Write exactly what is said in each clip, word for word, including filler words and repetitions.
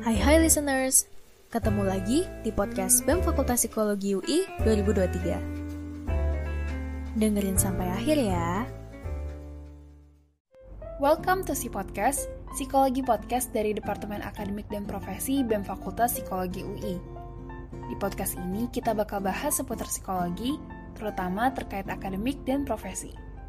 Hai hai listeners, ketemu lagi di podcast B E M Fakultas Psikologi U I dua ribu dua puluh tiga. Dengerin sampai akhir ya. Welcome to Si Podcast, Psikologi Podcast dari Departemen Akademik dan Profesi B E M Fakultas Psikologi U I. Di podcast ini kita bakal bahas seputar psikologi, terutama terkait akademik dan profesi.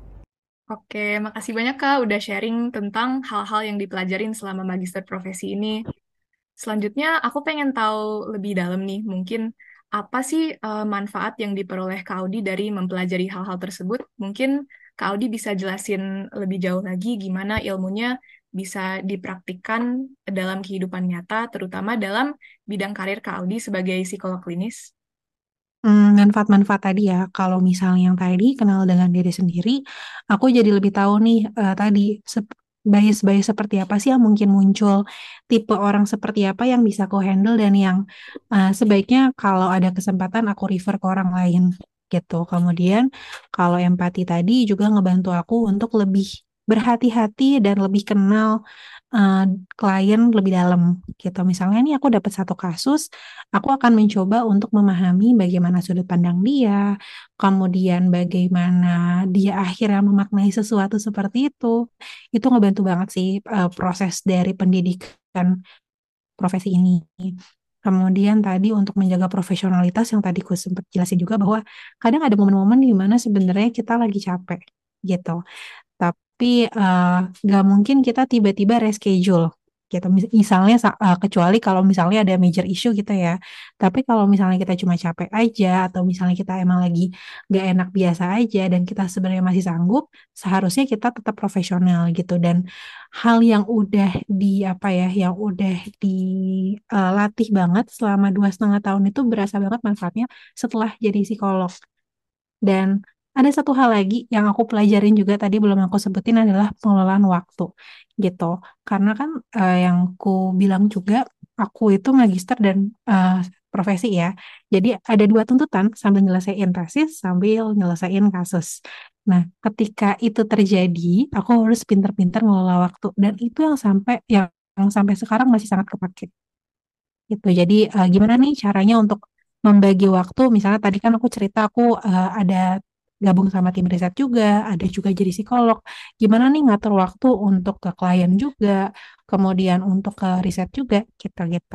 Oke, makasih banyak Kak udah sharing tentang hal-hal yang dipelajarin selama magister profesi ini. Selanjutnya, aku pengen tahu lebih dalam nih, mungkin apa sih eh, manfaat yang diperoleh Kak Audi dari mempelajari hal-hal tersebut? Mungkin Kak Audi bisa jelasin lebih jauh lagi gimana ilmunya bisa dipraktikkan dalam kehidupan nyata, terutama dalam bidang karir Kak Audi sebagai psikolog klinis. Hmm, manfaat-manfaat tadi ya, kalau misalnya yang tadi kenal dengan diri sendiri, aku jadi lebih tahu nih eh, tadi sep- bias-bias seperti apa sih yang mungkin muncul, tipe orang seperti apa yang bisa aku handle dan yang eh, sebaiknya kalau ada kesempatan aku refer ke orang lain gitu. Kemudian kalau empati tadi juga ngebantu aku untuk lebih berhati-hati dan lebih kenal eh, klien lebih dalam gitu. Misalnya nih aku dapat satu kasus, aku akan mencoba untuk memahami bagaimana sudut pandang dia, kemudian bagaimana dia akhirnya memaknai sesuatu seperti itu. Itu ngebantu banget sih eh, proses dari pendidikan profesi ini. Kemudian tadi untuk menjaga profesionalitas yang tadi ku sempat jelasin juga bahwa kadang ada momen-momen di mana sebenarnya kita lagi capek gitu. Tapi eh, nggak mungkin kita tiba-tiba reschedule gitu. Mis- Misalnya sa- eh, kecuali kalau misalnya ada major issue gitu ya. Tapi kalau misalnya kita cuma capek aja atau misalnya kita emang lagi nggak enak biasa aja dan kita sebenarnya masih sanggup, seharusnya kita tetap profesional gitu. Dan hal yang udah di apa ya, yang udah dilatih banget selama dua setengah tahun itu berasa banget manfaatnya setelah jadi psikolog. Dan ada satu hal lagi yang aku pelajarin juga tadi belum aku sebutin adalah pengelolaan waktu gitu. Karena kan eh, yang aku bilang juga aku itu magister dan eh, profesi ya. Jadi ada dua tuntutan sambil nyelesain tesis sambil nyelesain kasus. Nah, ketika itu terjadi, aku harus pinter-pinter ngelola waktu dan itu yang sampai yang, yang sampai sekarang masih sangat kepake gitu. Jadi eh, gimana nih caranya untuk membagi waktu? Misalnya tadi kan aku cerita aku eh, ada gabung sama tim riset juga, ada juga jadi psikolog. Gimana nih ngatur waktu untuk ke klien juga, kemudian untuk ke riset juga, gitu-gitu.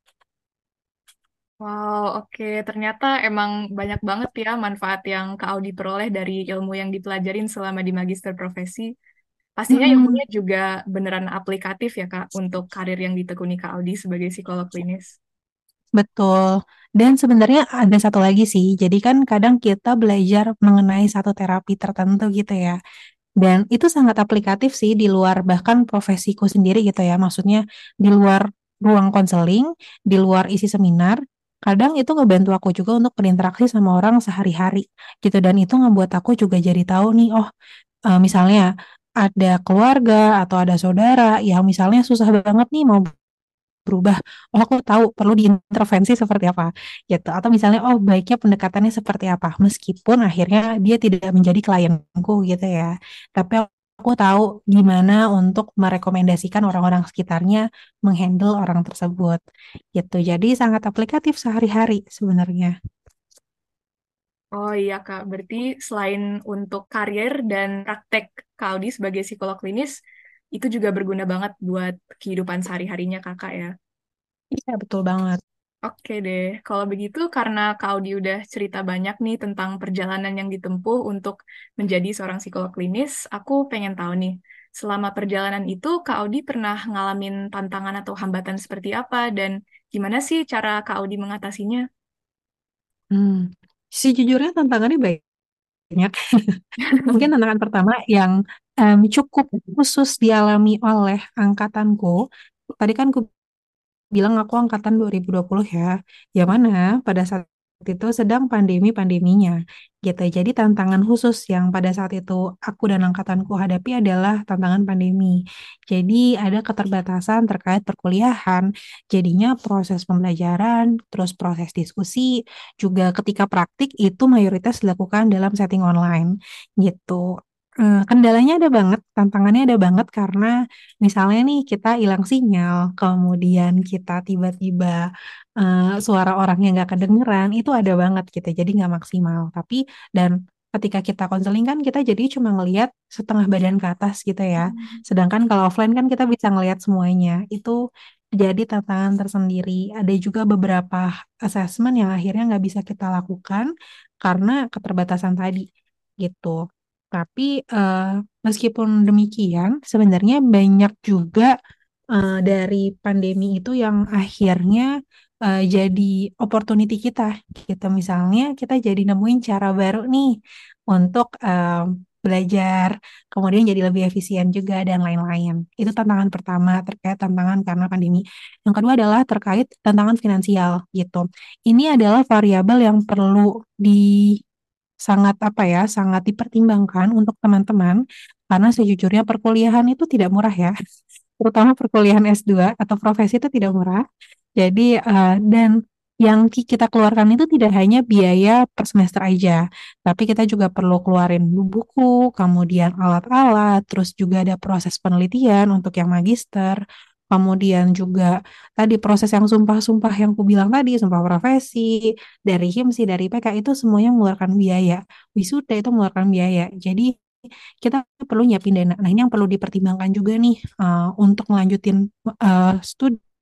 Wow, oke. Ternyata emang banyak banget ya manfaat yang Kak Audi peroleh dari ilmu yang dipelajarin selama di magister profesi. Pastinya Mm-mm, ilmunya juga beneran aplikatif ya Kak untuk karir yang ditekuni Kak Audi sebagai psikolog klinis. betul. Dan sebenarnya ada satu lagi sih. Jadi kan kadang kita belajar mengenai satu terapi tertentu gitu ya. Dan itu sangat aplikatif sih di luar bahkan profesiku sendiri gitu ya. Maksudnya di luar ruang konseling, di luar isi seminar, kadang itu ngebantu aku juga untuk berinteraksi sama orang sehari-hari gitu. Dan itu ngebuat aku juga jadi tahu nih, oh eh, misalnya ada keluarga atau ada saudara yang misalnya susah banget nih mau berubah. Oh, aku tahu perlu diintervensi seperti apa gitu. Atau misalnya oh baiknya pendekatannya seperti apa meskipun akhirnya dia tidak menjadi klienku gitu ya. Tapi aku tahu gimana untuk merekomendasikan orang-orang sekitarnya menghandle orang tersebut gitu. Jadi sangat aplikatif sehari-hari sebenarnya. Oh iya Kak, berarti selain untuk karir dan praktek Kak Audi sebagai psikolog klinis, itu juga berguna banget buat kehidupan sehari-harinya Kakak ya. Iya, betul banget. Oke deh, kalau begitu karena Kak Audi udah cerita banyak nih tentang perjalanan yang ditempuh untuk menjadi seorang psikolog klinis, aku pengen tahu nih, selama perjalanan itu Kak Audi pernah ngalamin tantangan atau hambatan seperti apa dan gimana sih cara Kak Audi mengatasinya? Hmm. Sejujurnya tantangannya banyak. Mungkin tantangan pertama yang em, cukup khusus dialami oleh angkatanku. Tadi kan aku bilang aku angkatan dua ribu dua puluh ya. Yang mana pada saat itu sedang pandemi-pandeminya gitu. Jadi tantangan khusus yang pada saat itu aku dan angkatanku hadapi adalah tantangan pandemi. Jadi ada keterbatasan terkait perkuliahan. Jadinya proses pembelajaran, terus proses diskusi, juga ketika praktik itu mayoritas dilakukan dalam setting online gitu. Eh, kendalanya ada banget, tantangannya ada banget karena misalnya nih kita hilang sinyal, kemudian kita tiba-tiba eh, suara orang yang nggak kedengeran, itu ada banget gitu, jadi nggak maksimal. Tapi dan ketika kita konseling kan kita jadi cuma ngelihat setengah badan ke atas gitu ya. Hmm. Sedangkan kalau offline kan kita bisa ngelihat semuanya. Itu jadi tantangan tersendiri. Ada juga beberapa assessment yang akhirnya nggak bisa kita lakukan karena keterbatasan tadi gitu. Tapi eh, meskipun demikian, sebenarnya banyak juga eh, dari pandemi itu yang akhirnya eh, jadi opportunity kita. Gitu misalnya kita jadi nemuin cara baru nih untuk eh, belajar, kemudian jadi lebih efisien juga dan lain-lain. Itu tantangan pertama terkait tantangan karena pandemi. Yang kedua adalah terkait tantangan finansial gitu. Ini adalah variabel yang perlu di sangat apa ya, sangat dipertimbangkan untuk teman-teman karena sejujurnya perkuliahan itu tidak murah ya. Terutama perkuliahan S dua atau profesi itu tidak murah. Jadi eh, dan yang ki- kita keluarkan itu tidak hanya biaya per semester aja, tapi kita juga perlu keluarin buku, kemudian alat-alat, terus juga ada proses penelitian untuk yang magister, kemudian juga tadi proses yang sumpah-sumpah yang ku bilang tadi, sumpah profesi, dari HIMSI, dari I P K itu semuanya mengeluarkan biaya. Wisuda itu mengeluarkan biaya. Jadi kita perlu nyiapin dana. Nah, ini yang perlu dipertimbangkan juga nih eh, untuk melanjutin eh, studi.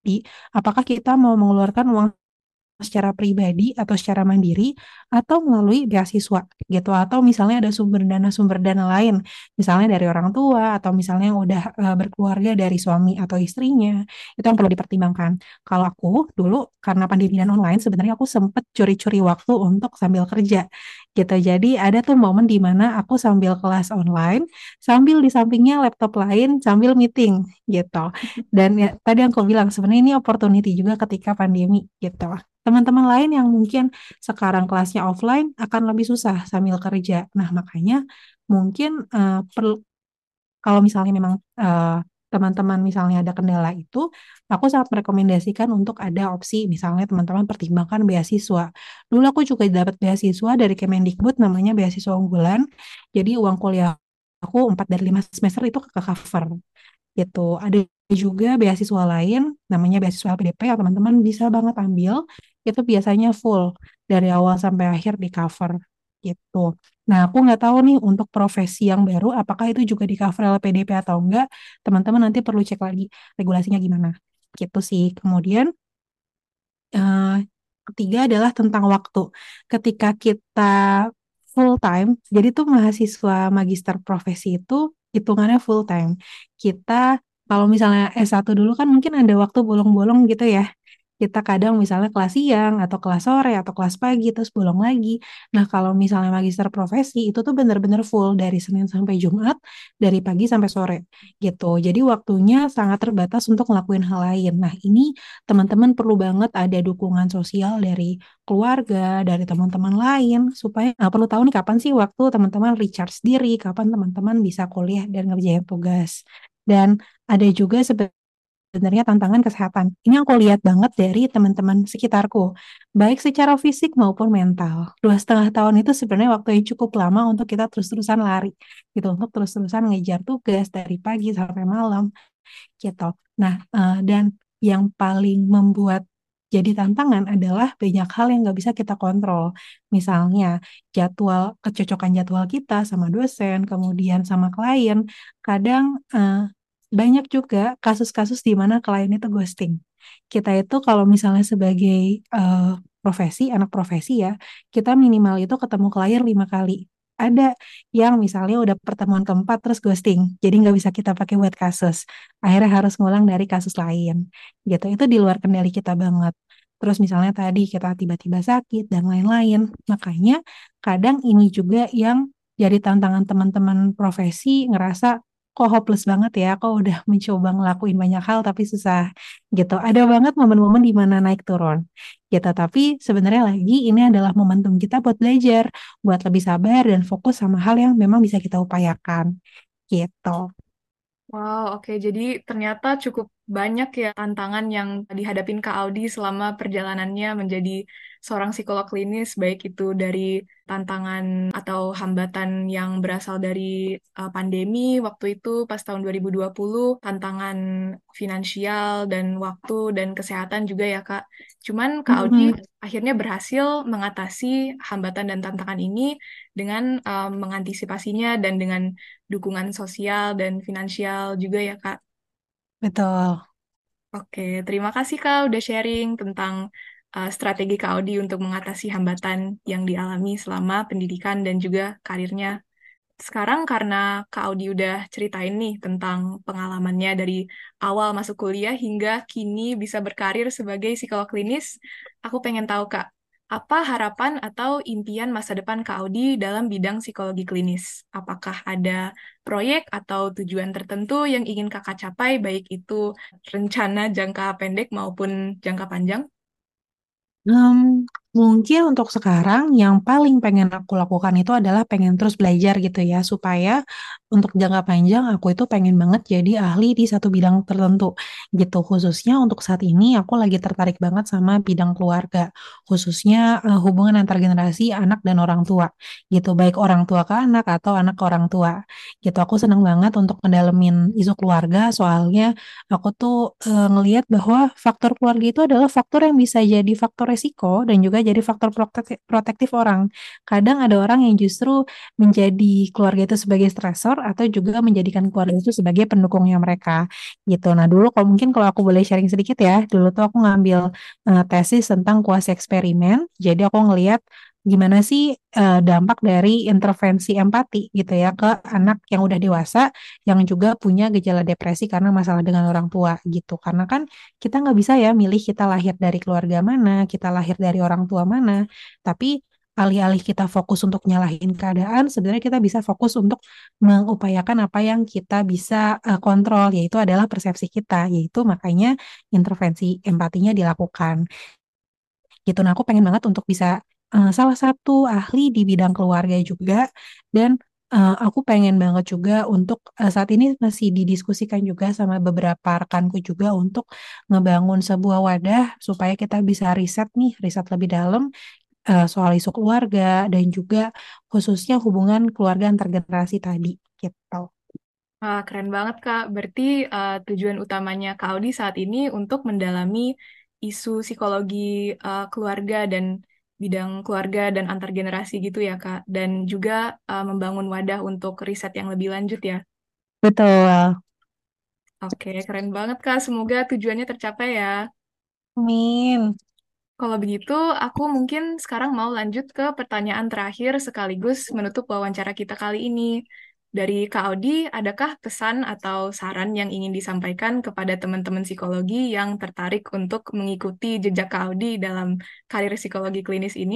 Apakah kita mau mengeluarkan uang secara pribadi atau secara mandiri atau melalui beasiswa gitu atau misalnya ada sumber dana sumber dana lain misalnya dari orang tua atau misalnya yang udah eh, berkeluarga dari suami atau istrinya itu yang perlu dipertimbangkan. Kalau aku dulu karena pandemi dan online sebenarnya aku sempet curi-curi waktu untuk sambil kerja gitu, jadi ada tuh momen di mana aku sambil kelas online sambil di sampingnya laptop lain sambil meeting gitu. Dan ya, tadi yang aku bilang sebenarnya ini opportunity juga ketika pandemi gitu. Teman-teman lain yang mungkin sekarang kelasnya offline akan lebih susah sambil kerja. Nah, makanya mungkin eh, perlu kalau misalnya memang eh, teman-teman misalnya ada kendala itu, aku sangat merekomendasikan untuk ada opsi misalnya teman-teman pertimbangkan beasiswa. Dulu aku juga dapat beasiswa dari Kemendikbud namanya beasiswa unggulan. Jadi uang kuliah aku empat dari lima semester itu ke cover gitu. Ada juga beasiswa lain namanya beasiswa L P D P yang teman-teman bisa banget ambil. Itu biasanya full dari awal sampai akhir di cover gitu. Nah, aku nggak tahu nih untuk profesi yang baru apakah itu juga di cover L P D P atau enggak. Teman-teman nanti perlu cek lagi regulasinya gimana. Gitu sih. Kemudian eh, ketiga adalah tentang waktu. Ketika kita full time, jadi tuh mahasiswa magister profesi itu hitungannya full time. Kita kalau misalnya S satu dulu kan mungkin ada waktu bolong-bolong gitu ya. Kita kadang misalnya kelas siang atau kelas sore atau kelas pagi terus bolong lagi. Nah, kalau misalnya magister profesi itu tuh benar-benar full dari Senin sampai Jumat, dari pagi sampai sore gitu. Jadi waktunya sangat terbatas untuk ngelakuin hal lain. Nah, ini teman-teman perlu banget ada dukungan sosial dari keluarga, dari teman-teman lain, supaya nah, perlu tahu nih kapan sih waktu teman-teman recharge diri, kapan teman-teman bisa kuliah dan ngerjain tugas. Dan ada juga sebenarnya tantangan kesehatan. Ini yang aku lihat banget dari teman-teman sekitarku, baik secara fisik maupun mental. Dua setengah tahun itu sebenarnya waktu yang cukup lama untuk kita terus-terusan lari, gitu, untuk terus-terusan ngejar tugas dari pagi sampai malam gitu. Nah, eh, dan yang paling membuat jadi tantangan adalah banyak hal yang nggak bisa kita kontrol. Misalnya jadwal, kecocokan jadwal kita sama dosen, kemudian sama klien. Kadang eh, banyak juga kasus-kasus di mana klien itu ghosting. Kita itu kalau misalnya sebagai eh, profesi, anak profesi ya, kita minimal itu ketemu klien lima kali. Ada yang misalnya udah pertemuan keempat terus ghosting, jadi nggak bisa kita pakai buat kasus. Akhirnya harus ngulang dari kasus lain, gitu. Itu di luar kendali kita banget. Terus misalnya tadi kita tiba-tiba sakit dan lain-lain. Makanya kadang ini juga yang jadi tantangan teman-teman profesi ngerasa kok hopeless banget ya, kok udah mencoba ngelakuin banyak hal tapi susah gitu. Ada banget momen-momen di mana naik turun gitu. Tapi sebenarnya lagi ini adalah momentum kita buat belajar, buat lebih sabar dan fokus sama hal yang memang bisa kita upayakan gitu. Wow, oke. Jadi ternyata cukup banyak ya tantangan yang dihadapin Kak Audi selama perjalanannya menjadi seorang psikolog klinis, baik itu dari tantangan atau hambatan yang berasal dari uh, pandemi waktu itu pas tahun dua ribu dua puluh, tantangan finansial dan waktu dan kesehatan juga ya Kak. Cuman Kak Audi Mm-mm. akhirnya berhasil mengatasi hambatan dan tantangan ini dengan uh, mengantisipasinya dan dengan dukungan sosial dan finansial juga ya Kak. Betul. Oke, terima kasih Kak udah sharing tentang uh, strategi Kak Audi untuk mengatasi hambatan yang dialami selama pendidikan dan juga karirnya. Sekarang karena Kak Audi udah ceritain nih tentang pengalamannya dari awal masuk kuliah hingga kini bisa berkarir sebagai psikolog klinis, aku pengen tahu Kak, apa harapan atau impian masa depan Kak Audi dalam bidang psikologi klinis? Apakah ada proyek atau tujuan tertentu yang ingin Kakak capai, baik itu rencana jangka pendek maupun jangka panjang? Hmm, mungkin untuk sekarang yang paling pengen aku lakukan itu adalah pengen terus belajar gitu ya, supaya untuk jangka panjang aku itu pengen banget jadi ahli di satu bidang tertentu gitu. Khususnya untuk saat ini aku lagi tertarik banget sama bidang keluarga, khususnya eh, hubungan antar generasi anak dan orang tua gitu, baik orang tua ke anak atau anak ke orang tua gitu. Aku seneng banget untuk ngedalemin isu keluarga, soalnya aku tuh eh, ngelihat bahwa faktor keluarga itu adalah faktor yang bisa jadi faktor resiko dan juga jadi faktor protek- protektif orang. Kadang ada orang yang justru menjadi keluarga itu sebagai stresor atau juga menjadikan keluarga itu sebagai pendukungnya mereka gitu. Nah dulu kalau mungkin kalau aku boleh sharing sedikit ya, dulu tuh aku ngambil eh, tesis tentang kuasi eksperimen. Jadi aku ngelihat gimana sih eh, dampak dari intervensi empati gitu ya ke anak yang udah dewasa yang juga punya gejala depresi karena masalah dengan orang tua gitu. Karena kan kita nggak bisa ya milih kita lahir dari keluarga mana, kita lahir dari orang tua mana, tapi alih-alih kita fokus untuk nyalahin keadaan, sebenarnya kita bisa fokus untuk mengupayakan apa yang kita bisa eh, kontrol, yaitu adalah persepsi kita, yaitu makanya intervensi empatinya dilakukan gitu. Nah, aku pengen banget untuk bisa eh, salah satu ahli di bidang keluarga juga dan eh, aku pengen banget juga untuk eh, saat ini masih didiskusikan juga sama beberapa rekanku juga untuk ngebangun sebuah wadah supaya kita bisa riset nih, riset lebih dalam eh, soal isu keluarga dan juga khususnya hubungan keluarga antar generasi tadi gitu. Wah, keren banget, Kak. Berarti uh, tujuan utamanya Kak Audi saat ini untuk mendalami isu psikologi uh, keluarga dan bidang keluarga dan antar generasi gitu ya, Kak. Dan juga uh, membangun wadah untuk riset yang lebih lanjut ya. Betul. Oke, keren banget, Kak. Semoga tujuannya tercapai ya. Amin. Kalau begitu, aku mungkin sekarang mau lanjut ke pertanyaan terakhir sekaligus menutup wawancara kita kali ini. Dari Kak Audi, adakah pesan atau saran yang ingin disampaikan kepada teman-teman psikologi yang tertarik untuk mengikuti jejak Kak Audi dalam karir psikologi klinis ini?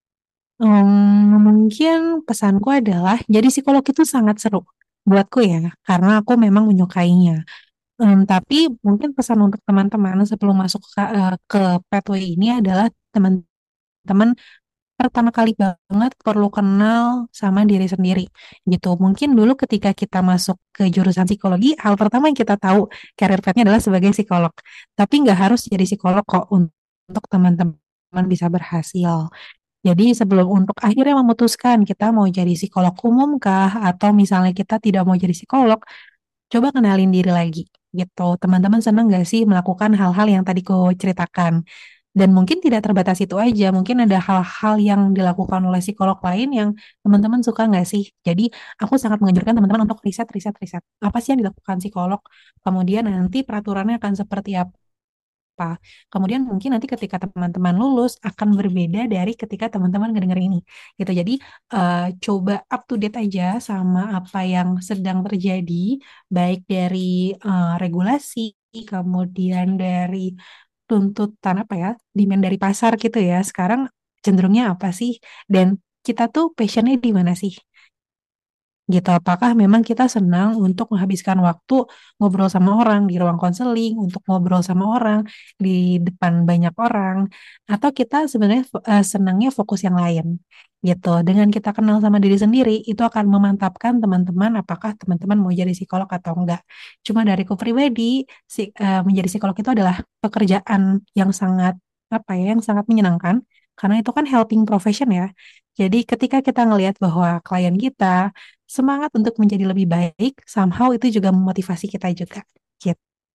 Hmm, mungkin pesanku adalah jadi psikolog itu sangat seru buatku ya, karena aku memang menyukainya. Em, tapi mungkin pesan untuk teman-teman sebelum masuk ke, eh, ke pathway ini adalah teman-teman pertama kali banget perlu kenal sama diri sendiri gitu. Mungkin dulu ketika kita masuk ke jurusan psikologi, hal pertama yang kita tahu karir path-nya adalah sebagai psikolog. Tapi nggak harus jadi psikolog kok un- untuk teman-teman bisa berhasil. Jadi sebelum untuk akhirnya memutuskan kita mau jadi psikolog umum kah atau misalnya kita tidak mau jadi psikolog, coba kenalin diri lagi gitu. Teman-teman senang nggak sih melakukan hal-hal yang tadi ku ceritakan? Dan mungkin tidak terbatas itu aja, mungkin ada hal-hal yang dilakukan oleh psikolog lain yang teman-teman suka nggak sih? Jadi aku sangat menganjurkan teman-teman untuk riset, riset, riset. Apa sih yang dilakukan psikolog? Kemudian nanti peraturannya akan seperti apa? apa. Kemudian mungkin nanti ketika teman-teman lulus akan berbeda dari ketika teman-teman ngedenger ini. Gitu. Jadi eh, coba up to date aja sama apa yang sedang terjadi, baik dari eh, regulasi, kemudian dari tuntutan apa ya, demand dari pasar gitu ya. Sekarang cenderungnya apa sih? Dan kita tuh passionnya di mana sih? gitu. Apakah memang kita senang untuk menghabiskan waktu ngobrol sama orang di ruang konseling, untuk ngobrol sama orang di depan banyak orang, atau kita sebenarnya fo- eh, senangnya fokus yang lain gitu. Dengan kita kenal sama diri sendiri, itu akan memantapkan teman-teman apakah teman-teman mau jadi psikolog atau enggak. Cuma dariku pribadi, si, eh, menjadi psikolog itu adalah pekerjaan yang sangat apa ya, yang sangat menyenangkan karena itu kan helping profession ya. Jadi ketika kita ngelihat bahwa klien kita semangat untuk menjadi lebih baik, somehow itu juga memotivasi kita juga. Gitu.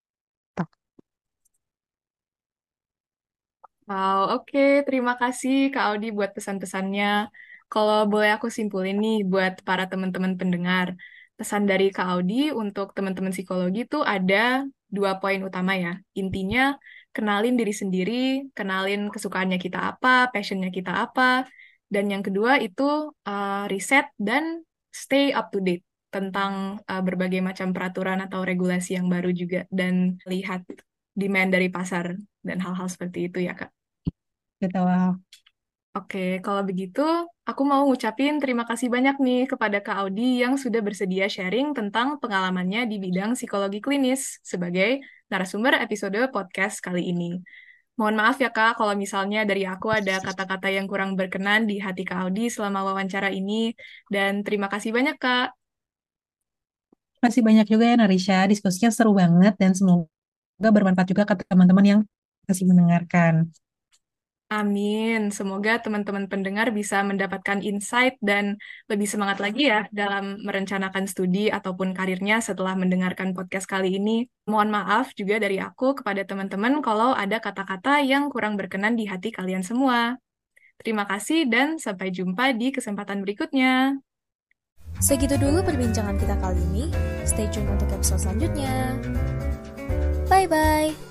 Wow, oke. Terima kasih Kak Audi buat pesan-pesannya. Kalau boleh aku simpulin nih buat para teman-teman pendengar. Pesan dari Kak Audi untuk teman-teman psikologi itu ada dua poin utama ya. Intinya, kenalin diri sendiri, kenalin kesukaannya kita apa, passionnya kita apa. Dan yang kedua itu uh, riset dan stay up to date tentang uh, berbagai macam peraturan atau regulasi yang baru juga. Dan lihat demand dari pasar dan hal-hal seperti itu ya Kak. Gitu. Oke, kalau begitu aku mau ngucapin terima kasih banyak nih kepada Kak Audi yang sudah bersedia sharing tentang pengalamannya di bidang psikologi klinis sebagai narasumber episode podcast kali ini. Mohon maaf ya Kak kalau misalnya dari aku ada kata-kata yang kurang berkenan di hati Kak Audi selama wawancara ini, dan terima kasih banyak Kak. Masih banyak juga ya Narisha, diskusinya seru banget dan semoga bermanfaat juga ke teman-teman yang masih mendengarkan. Amin. Semoga teman-teman pendengar bisa mendapatkan insight dan lebih semangat lagi ya dalam merencanakan studi ataupun karirnya setelah mendengarkan podcast kali ini. Mohon maaf juga dari aku kepada teman-teman kalau ada kata-kata yang kurang berkenan di hati kalian semua. Terima kasih dan sampai jumpa di kesempatan berikutnya. Segitu dulu perbincangan kita kali ini. Stay tune untuk episode selanjutnya. Bye-bye.